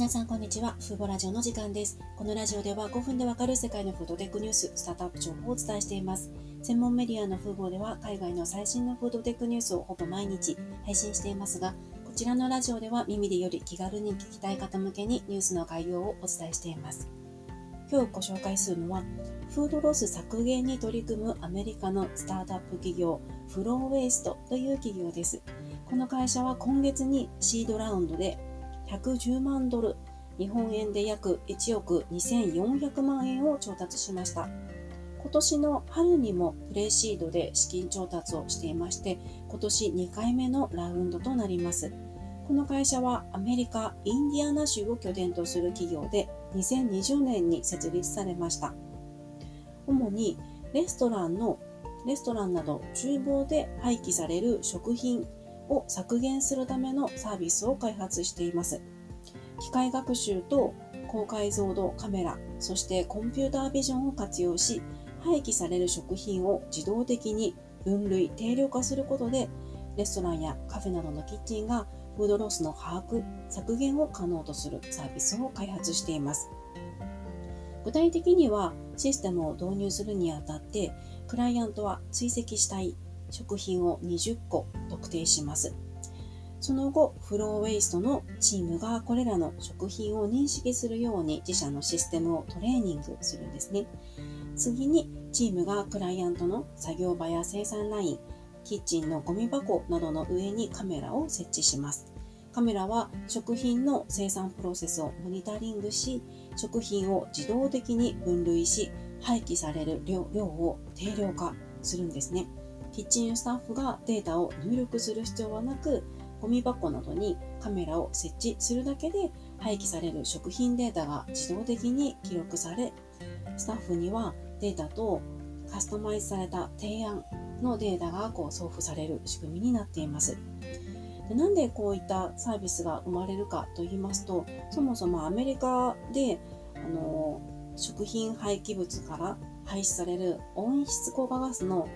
皆さんこんにちは。フーボラジオの時間です。このラジオでは5分でわかる世界のフードテックニュース、スタートアップ情報をお伝えしています。専門メディアのフーボでは海外の最新のフードテックニュースをほぼ毎日配信していますが、こちらのラジオでは耳でより気軽に聞きたい方向けにニュースの概要をお伝えしています。今日ご紹介するのは、フードロス削減に取り組むアメリカのスタートアップ企業、フローウェイストという企業です。この会社は今月にシードラウンドで110万ドル、日本円で約1億2400万円を調達しました。今年の春にもプレシードで資金調達をしていまして、今年2回目のラウンドとなります。この会社はアメリカ・インディアナ州を拠点とする企業で2020年に設立されました。主にレストランなど厨房で廃棄される食品を削減するためのサービスを開発しています。機械学習と高解像度カメラ、そしてコンピュータービジョンを活用し、廃棄される食品を自動的に分類・定量化することで、レストランやカフェなどのキッチンがフードロスの把握・削減を可能とするサービスを開発しています。具体的には、システムを導入するにあたって、クライアントは追跡したい食品を20個特定します。その後、フローウェイストのチームがこれらの食品を認識するように自社のシステムをトレーニングするんですね。次に、チームがクライアントの作業場や生産ライン、キッチンのゴミ箱などの上にカメラを設置します。カメラは食品の生産プロセスをモニタリングし、食品を自動的に分類し、廃棄される量を定量化するんですね。キッチンスタッフがデータを入力する必要はなく、ゴミ箱などにカメラを設置するだけで廃棄される食品データが自動的に記録され、スタッフにはデータとカスタマイズされた提案のデータが送付される仕組みになっています。で、なんでこういったサービスが生まれるかと言いますと、そもそもアメリカで食品廃棄物から排出される温室効果ガスの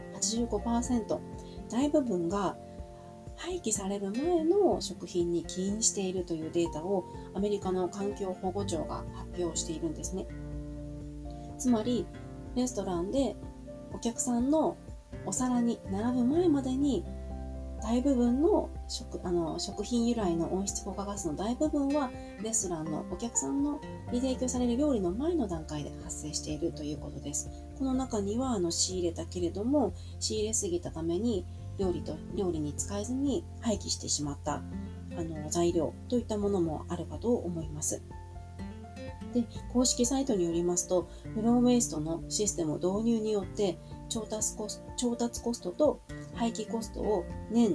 85%、大部分が廃棄される前の食品に起因しているというデータをアメリカの環境保護庁が発表しているんですね。つまり、レストランでお客さんのお皿に並ぶ前までに大部分の食品由来の温室効果ガスの大部分はレストランのお客さんに提供される料理の前の段階で発生しているということです。この中には仕入れたけれども仕入れすぎたために料理に使えずに廃棄してしまった材料といったものもあるかと思います。で、公式サイトによりますと、フローウェイストのシステム導入によって調達コストと廃棄コストを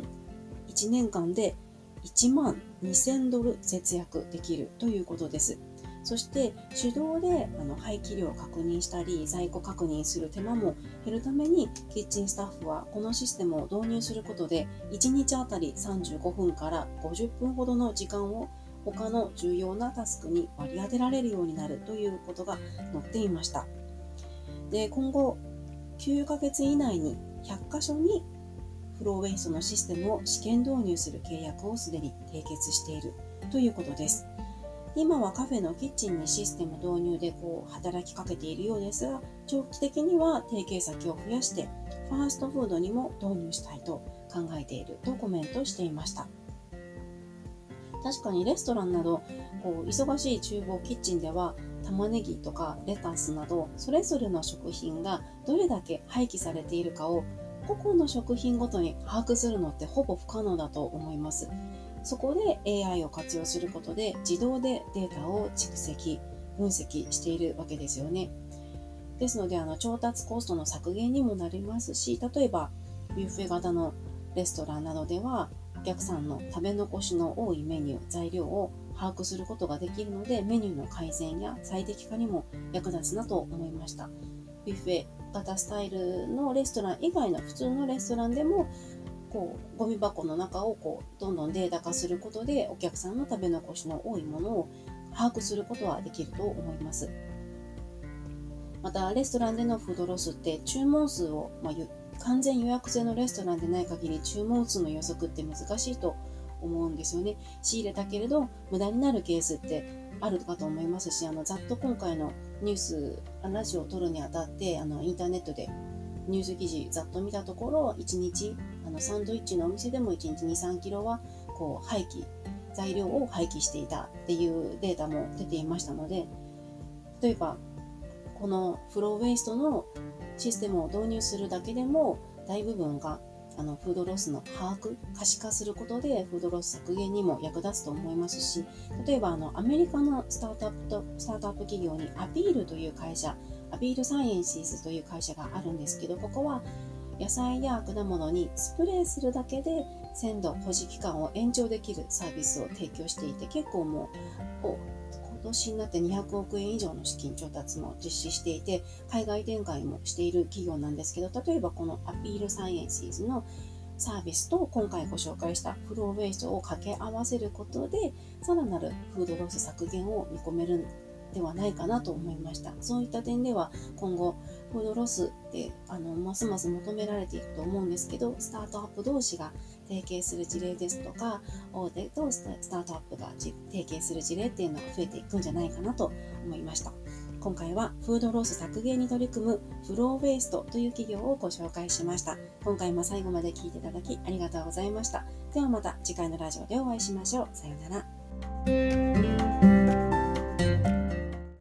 1年間で1万2000ドル節約できるということです。そして手動で廃棄量を確認したり在庫確認する手間も減るために、キッチンスタッフはこのシステムを導入することで1日あたり35分から50分ほどの時間を他の重要なタスクに割り当てられるようになるということが載っていました。で、今後9ヶ月以内に100カ所にフローウェイストのシステムを試験導入する契約をすでに締結しているということです。今はカフェのキッチンにシステム導入で働きかけているようですが、長期的には提携先を増やしてファーストフードにも導入したいと考えているとコメントしていました。確かにレストランなど忙しい厨房キッチンでは玉ねぎとかレタスなどそれぞれの食品がどれだけ廃棄されているかを個々の食品ごとに把握するのってほぼ不可能だと思います。そこで AI を活用することで自動でデータを蓄積、分析しているわけですよね。ですので調達コストの削減にもなりますし、例えばビュッフェ型のレストランなどではお客さんの食べ残しの多いメニュー、材料を把握することができるので、メニューの改善や最適化にも役立つなと思いました。ビュッフェ型スタイルのレストラン以外の普通のレストランでもゴミ箱の中をどんどんデータ化することでお客さんの食べ残しの多いものを把握することはできると思います。またレストランでのフードロスって注文数を、完全予約制のレストランでない限り注文数の予測って難しいと思うんですよね。仕入れたけれど無駄になるケースってあるかと思いますし、ざっと今回のニュース、ラジオを撮るにあたってインターネットでニュース記事ざっと見たところ、1日サンドイッチのお店でも1日 2,3 キロはこう材料を廃棄していたっていうデータも出ていましたので、例えばこのフローウェイストのシステムを導入するだけでも大部分がフードロスの可視化することでフードロス削減にも役立つと思いますし、例えばアメリカのスタートアップ企業にアピールという会社、アピールサイエンシズという会社があるんですけど、ここは野菜や果物にスプレーするだけで鮮度保持期間を延長できるサービスを提供していて、結構もう今年になって200億円以上の資金調達も実施していて、海外展開もしている企業なんですけど、例えばこのアピールサイエンシーズのサービスと今回ご紹介したフローウェイストを掛け合わせることで、さらなるフードロス削減を見込めるではないかなと思いました。そういった点では今後フードロスってますます求められていくと思うんですけど、スタートアップ同士が提携する事例ですとか、大手とスタートアップが提携する事例っていうのが増えていくんじゃないかなと思いました。今回はフードロス削減に取り組むフローウェイストという企業をご紹介しました。今回も最後まで聞いていただきありがとうございました。ではまた次回のラジオでお会いしましょう。さようなら。